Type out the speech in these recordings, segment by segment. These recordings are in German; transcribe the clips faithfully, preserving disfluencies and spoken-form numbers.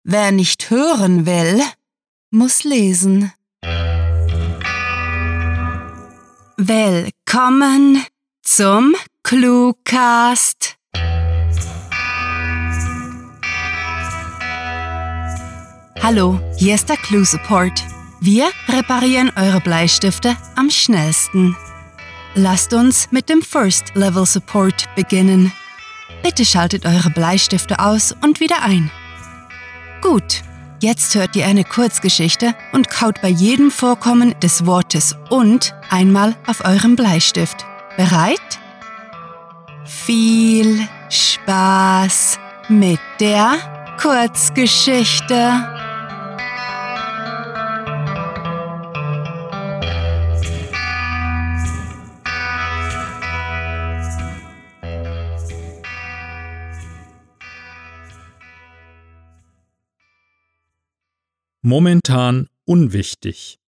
Wer nicht hören will, muss lesen. Willkommen zum Cluecast. Hallo, hier ist der Clue Support. Wir reparieren eure Bleistifte am schnellsten. Lasst uns mit dem First Level Support beginnen. Bitte schaltet eure Bleistifte aus und wieder ein. Gut, jetzt hört ihr eine Kurzgeschichte und kaut bei jedem Vorkommen des Wortes und einmal auf eurem Bleistift. Bereit? Viel Spaß mit der Kurzgeschichte. Momentan unwichtig.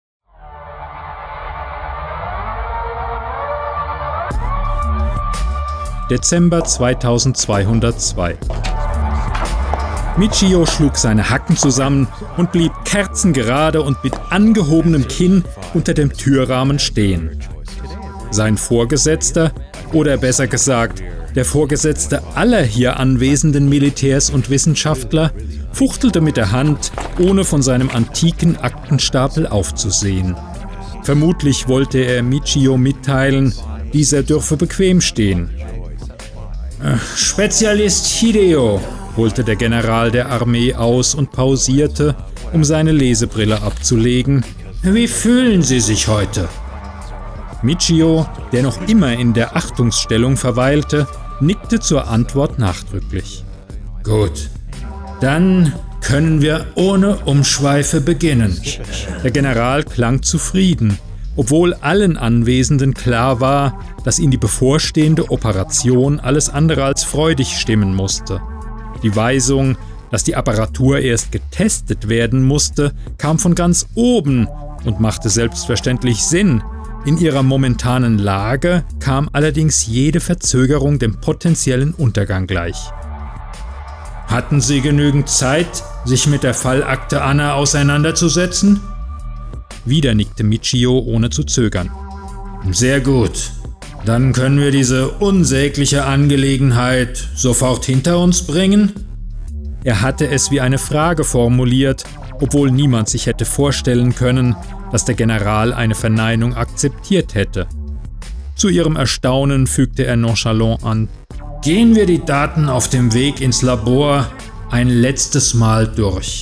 Dezember zweitausendzweihundertzwei. Michio schlug seine Hacken zusammen und blieb kerzengerade und mit angehobenem Kinn unter dem Türrahmen stehen. Sein Vorgesetzter, oder besser gesagt, der Vorgesetzte aller hier anwesenden Militärs und Wissenschaftler, fuchtelte mit der Hand, ohne von seinem antiken Aktenstapel aufzusehen. Vermutlich wollte er Michio mitteilen, dieser dürfe bequem stehen. »Spezialist Hideo«, holte der General der Armee aus und pausierte, um seine Lesebrille abzulegen. »Wie fühlen Sie sich heute?« Michio, der noch immer in der Achtungsstellung verweilte, nickte zur Antwort nachdrücklich. »Gut, dann können wir ohne Umschweife beginnen.« Der General klang zufrieden, obwohl allen Anwesenden klar war, dass ihn die bevorstehende Operation alles andere als freudig stimmen musste. Die Weisung, dass die Apparatur erst getestet werden musste, kam von ganz oben und machte selbstverständlich Sinn. In ihrer momentanen Lage kam allerdings jede Verzögerung dem potenziellen Untergang gleich. »Hatten Sie genügend Zeit, sich mit der Fallakte Anna auseinanderzusetzen?« Wieder nickte Michio, ohne zu zögern. »Sehr gut. Dann können wir diese unsägliche Angelegenheit sofort hinter uns bringen?« Er hatte es wie eine Frage formuliert, obwohl niemand sich hätte vorstellen können, dass der General eine Verneinung akzeptiert hätte. Zu ihrem Erstaunen fügte er nonchalant an: »Gehen wir die Daten auf dem Weg ins Labor ein letztes Mal durch.«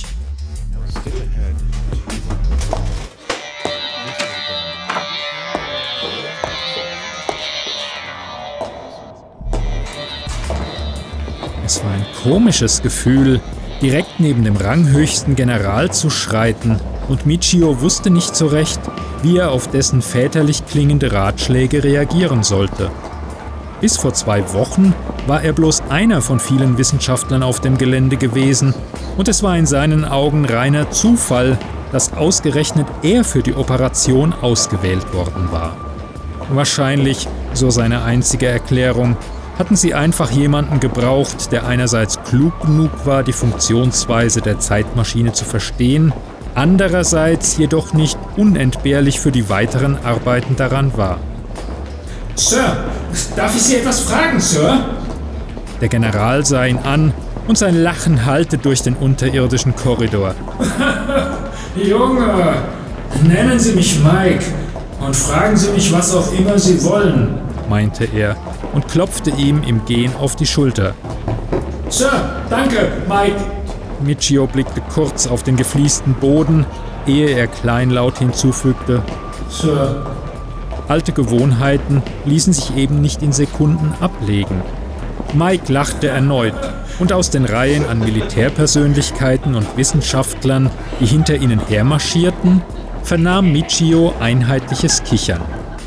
Es war ein komisches Gefühl, direkt neben dem ranghöchsten General zu schreiten, und Michio wusste nicht so recht, wie er auf dessen väterlich klingende Ratschläge reagieren sollte. Bis vor zwei Wochen war er bloß einer von vielen Wissenschaftlern auf dem Gelände gewesen, und es war in seinen Augen reiner Zufall, dass ausgerechnet er für die Operation ausgewählt worden war. Wahrscheinlich, so seine einzige Erklärung, hatten sie einfach jemanden gebraucht, der einerseits klug genug war, die Funktionsweise der Zeitmaschine zu verstehen, andererseits jedoch nicht unentbehrlich für die weiteren Arbeiten daran war. »Sir, darf ich Sie etwas fragen, Sir?« Der General sah ihn an und sein Lachen hallte durch den unterirdischen Korridor. »Junge, nennen Sie mich Mike und fragen Sie mich, was auch immer Sie wollen«, meinte er und klopfte ihm im Gehen auf die Schulter. »Sir, danke, Mike!« Michio blickte kurz auf den gefliesten Boden, ehe er kleinlaut hinzufügte: »Sir.« Alte Gewohnheiten ließen sich eben nicht in Sekunden ablegen. Mike lachte erneut, und aus den Reihen an Militärpersönlichkeiten und Wissenschaftlern, die hinter ihnen hermarschierten, vernahm Michio einheitliches Kichern.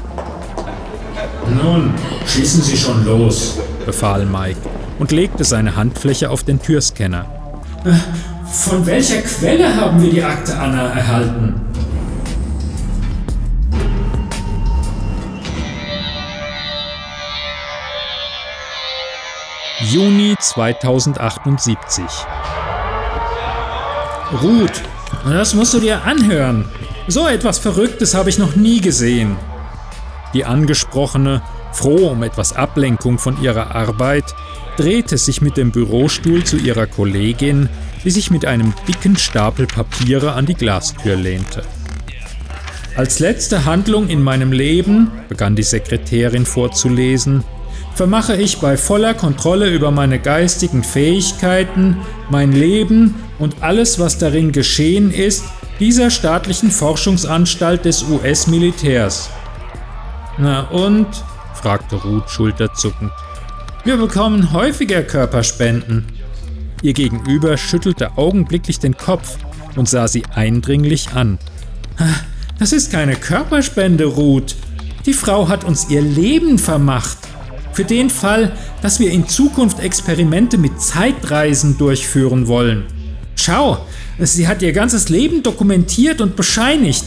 »Nun, schießen Sie schon los«, befahl Mike und legte seine Handfläche auf den Türscanner. Äh, »Von welcher Quelle haben wir die Akte Anna erhalten?« Juni zweitausendachtundsiebzig. Ruth, das musst du dir anhören. So etwas Verrücktes habe ich noch nie gesehen. Die Angesprochene, froh um etwas Ablenkung von ihrer Arbeit, drehte sich mit dem Bürostuhl zu ihrer Kollegin, die sich mit einem dicken Stapel Papiere an die Glastür lehnte. Als letzte Handlung in meinem Leben, begann die Sekretärin vorzulesen, vermache ich bei voller Kontrolle über meine geistigen Fähigkeiten, mein Leben und alles, was darin geschehen ist, dieser staatlichen Forschungsanstalt des U S-Militärs. Na und? Fragte Ruth schulterzuckend. Wir bekommen häufiger Körperspenden. Ihr Gegenüber schüttelte augenblicklich den Kopf und sah sie eindringlich an. Das ist keine Körperspende, Ruth. Die Frau hat uns ihr Leben vermacht. Für den Fall, dass wir in Zukunft Experimente mit Zeitreisen durchführen wollen. Schau, sie hat ihr ganzes Leben dokumentiert und bescheinigt.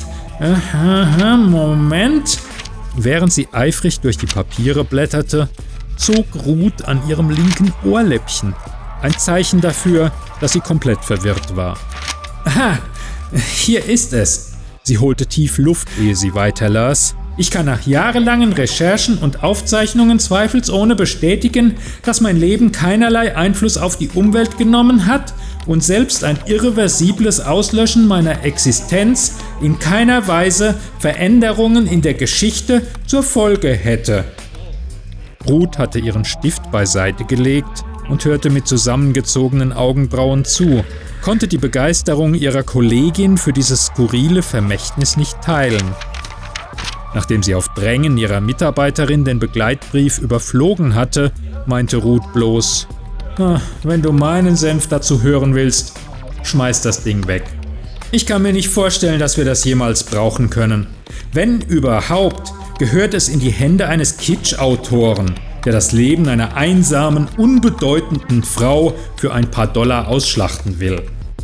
Moment. Während sie eifrig durch die Papiere blätterte, zog Ruth an ihrem linken Ohrläppchen. Ein Zeichen dafür, dass sie komplett verwirrt war. Aha, hier ist es. Sie holte tief Luft, ehe sie weiterlas. Ich kann nach jahrelangen Recherchen und Aufzeichnungen zweifelsohne bestätigen, dass mein Leben keinerlei Einfluss auf die Umwelt genommen hat und selbst ein irreversibles Auslöschen meiner Existenz in keiner Weise Veränderungen in der Geschichte zur Folge hätte. Ruth hatte ihren Stift beiseite gelegt und hörte mit zusammengezogenen Augenbrauen zu, konnte die Begeisterung ihrer Kollegin für dieses skurrile Vermächtnis nicht teilen. Nachdem sie auf Drängen ihrer Mitarbeiterin den Begleitbrief überflogen hatte, meinte Ruth bloß, wenn du meinen Senf dazu hören willst, schmeiß das Ding weg. Ich kann mir nicht vorstellen, dass wir das jemals brauchen können. Wenn überhaupt, gehört es in die Hände eines Kitsch-Autoren, der das Leben einer einsamen, unbedeutenden Frau für ein paar Dollar ausschlachten will.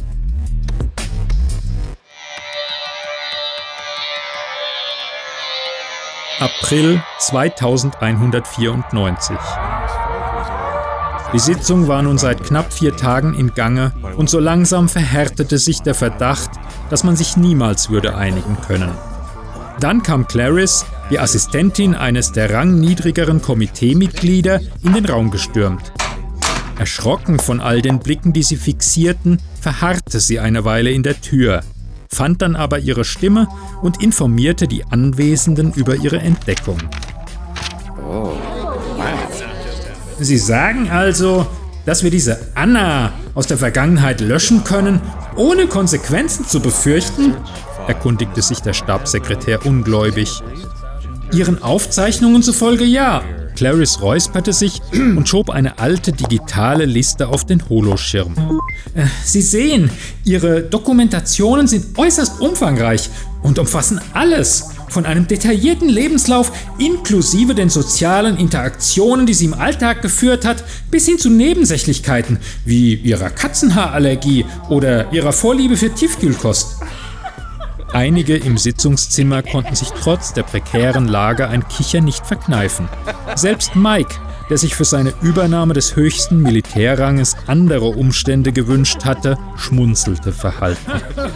April zweitausendeinhundertvierundneunzig. Die Sitzung war nun seit knapp vier Tagen in Gange und so langsam verhärtete sich der Verdacht, dass man sich niemals würde einigen können. Dann kam Clarice, die Assistentin eines der rangniedrigeren Komiteemitglieder, in den Raum gestürmt. Erschrocken von all den Blicken, die sie fixierten, verharrte sie eine Weile in der Tür, fand dann aber ihre Stimme und informierte die Anwesenden über ihre Entdeckung. Oh, wow. Sie sagen also, dass wir diese Anna aus der Vergangenheit löschen können, ohne Konsequenzen zu befürchten? Erkundigte sich der Stabssekretär ungläubig. Ihren Aufzeichnungen zufolge ja. Clarice räusperte sich und schob eine alte digitale Liste auf den Holoschirm. Äh, Sie sehen, Ihre Dokumentationen sind äußerst umfangreich und umfassen alles, von einem detaillierten Lebenslauf inklusive den sozialen Interaktionen, die sie im Alltag geführt hat, bis hin zu Nebensächlichkeiten wie ihrer Katzenhaarallergie oder ihrer Vorliebe für Tiefkühlkost. Einige im Sitzungszimmer konnten sich trotz der prekären Lage ein Kichern nicht verkneifen. Selbst Mike, der sich für seine Übernahme des höchsten Militärranges andere Umstände gewünscht hatte, schmunzelte verhalten.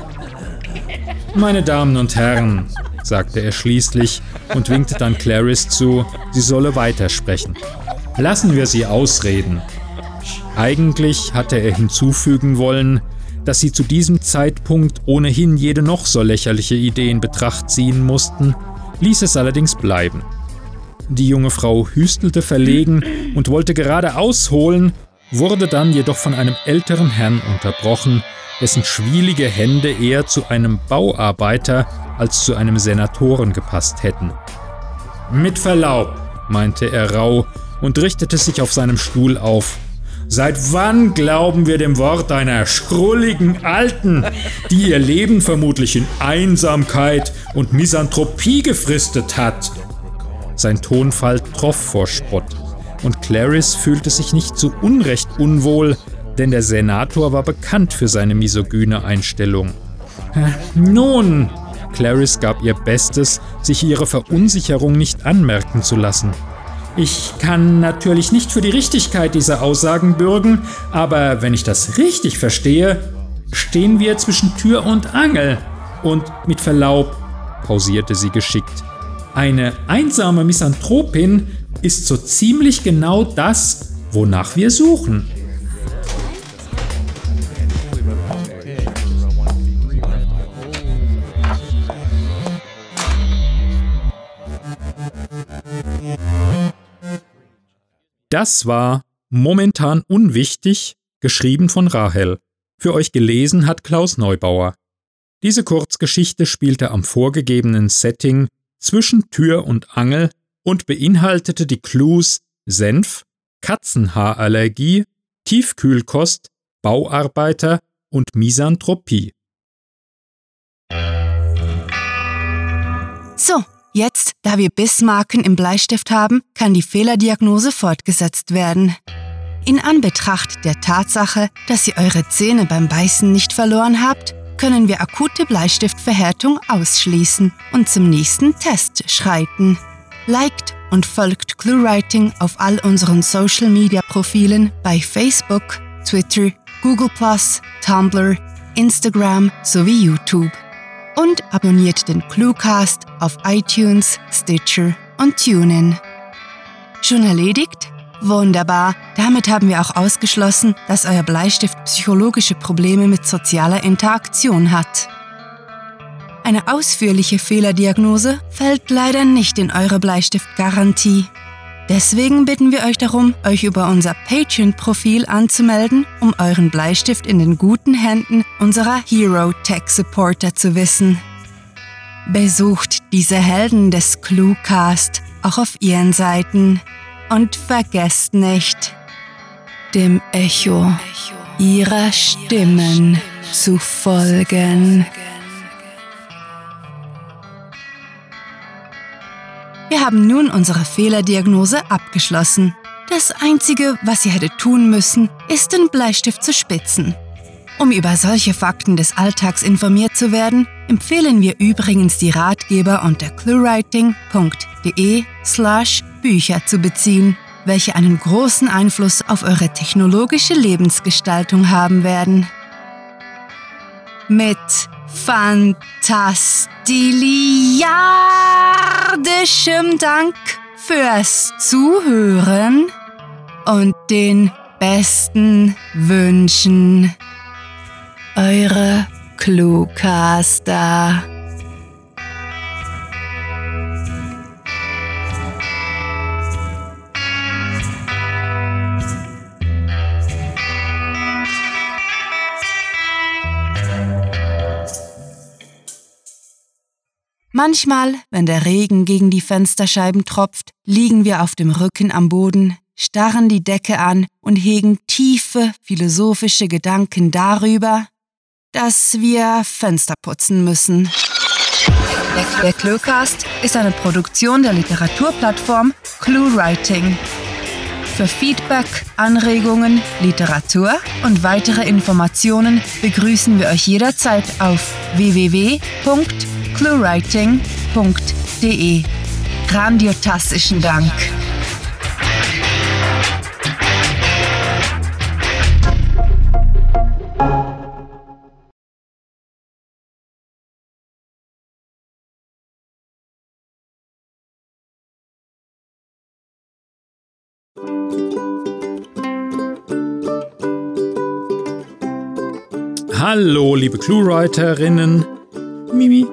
Meine Damen und Herren, sagte er schließlich und winkte dann Clarice zu, sie solle weitersprechen. Lassen wir sie ausreden. Eigentlich hatte er hinzufügen wollen, dass sie zu diesem Zeitpunkt ohnehin jede noch so lächerliche Idee in Betracht ziehen mussten, ließ es allerdings bleiben. Die junge Frau hüstelte verlegen und wollte gerade ausholen, wurde dann jedoch von einem älteren Herrn unterbrochen, dessen schwielige Hände eher zu einem Bauarbeiter als zu einem Senatoren gepasst hätten. »Mit Verlaub«, meinte er rauh und richtete sich auf seinem Stuhl auf. »Seit wann glauben wir dem Wort einer schrulligen Alten, die ihr Leben vermutlich in Einsamkeit und Misanthropie gefristet hat?« Sein Tonfall troff vor Spott, und Clarice fühlte sich nicht zu Unrecht unwohl, denn der Senator war bekannt für seine misogyne Einstellung. »Nun«, Clarice gab ihr Bestes, sich ihre Verunsicherung nicht anmerken zu lassen. »Ich kann natürlich nicht für die Richtigkeit dieser Aussagen bürgen, aber wenn ich das richtig verstehe, stehen wir zwischen Tür und Angel. Und mit Verlaub, pausierte sie geschickt, eine einsame Misanthropin ist so ziemlich genau das, wonach wir suchen. Das war Momentan unwichtig, geschrieben von Rahel. Für euch gelesen hat Klaus Neubauer. Diese Kurzgeschichte spielte am vorgegebenen Setting zwischen Tür und Angel und beinhaltete die Clues Senf, Katzenhaarallergie, Tiefkühlkost, Bauarbeiter und Misanthropie. So, jetzt, da wir Bissmarken im Bleistift haben, kann die Fehlerdiagnose fortgesetzt werden. In Anbetracht der Tatsache, dass ihr eure Zähne beim Beißen nicht verloren habt, können wir akute Bleistiftverhärtung ausschließen und zum nächsten Test schreiten. Liked und folgt ClueWriting auf all unseren Social-Media-Profilen bei Facebook, Twitter, Google plus, Tumblr, Instagram sowie YouTube. Und abonniert den ClueCast auf iTunes, Stitcher und TuneIn. Schon erledigt? Wunderbar, damit haben wir auch ausgeschlossen, dass euer Bleistift psychologische Probleme mit sozialer Interaktion hat. Eine ausführliche Fehlerdiagnose fällt leider nicht in eure Bleistiftgarantie. Deswegen bitten wir euch darum, euch über unser Patreon-Profil anzumelden, um euren Bleistift in den guten Händen unserer Hero Tech Supporter zu wissen. Besucht diese Helden des ClueCast auch auf ihren Seiten und vergesst nicht, dem Echo ihrer Stimmen zu folgen. Wir haben nun unsere Fehlerdiagnose abgeschlossen. Das Einzige, was ihr hättet tun müssen, ist den Bleistift zu spitzen. Um über solche Fakten des Alltags informiert zu werden, empfehlen wir übrigens die Ratgeber unter cluewriting punkt de slash Bücher zu beziehen, welche einen großen Einfluss auf eure technologische Lebensgestaltung haben werden. Mit fantastiliardischem Dank fürs Zuhören und den besten Wünschen. Eure ClueCaster. Manchmal, wenn der Regen gegen die Fensterscheiben tropft, liegen wir auf dem Rücken am Boden, starren die Decke an und hegen tiefe philosophische Gedanken darüber, dass wir Fenster putzen müssen. Der ClueCast ist eine Produktion der Literaturplattform ClueWriting. Für Feedback, Anregungen, Literatur und weitere Informationen begrüßen wir euch jederzeit auf w w w punkt cluewriting punkt de. Grandiotastischen Dank. Hallo, liebe ClueWriterinnen. Mimi.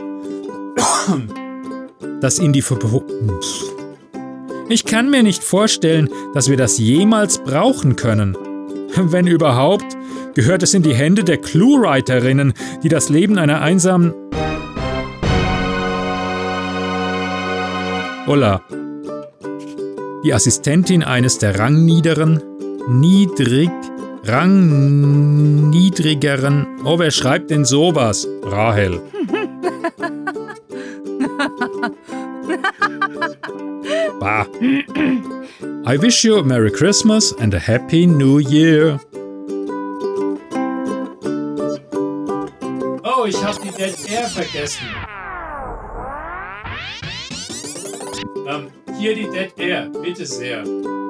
Das Indie Verbo- Ich kann mir nicht vorstellen, dass wir das jemals brauchen können. Wenn überhaupt, gehört es in die Hände der ClueWriterinnen, die das Leben einer einsamen... Hola. Die Assistentin eines der rangniederen, niedrig, rangniedrigeren... Oh, wer schreibt denn sowas? Rahel. Bah. I wish you a Merry Christmas and a Happy New Year. Oh, ich hab die Dead Air vergessen. Ähm, hier die Dead Air, bitte sehr.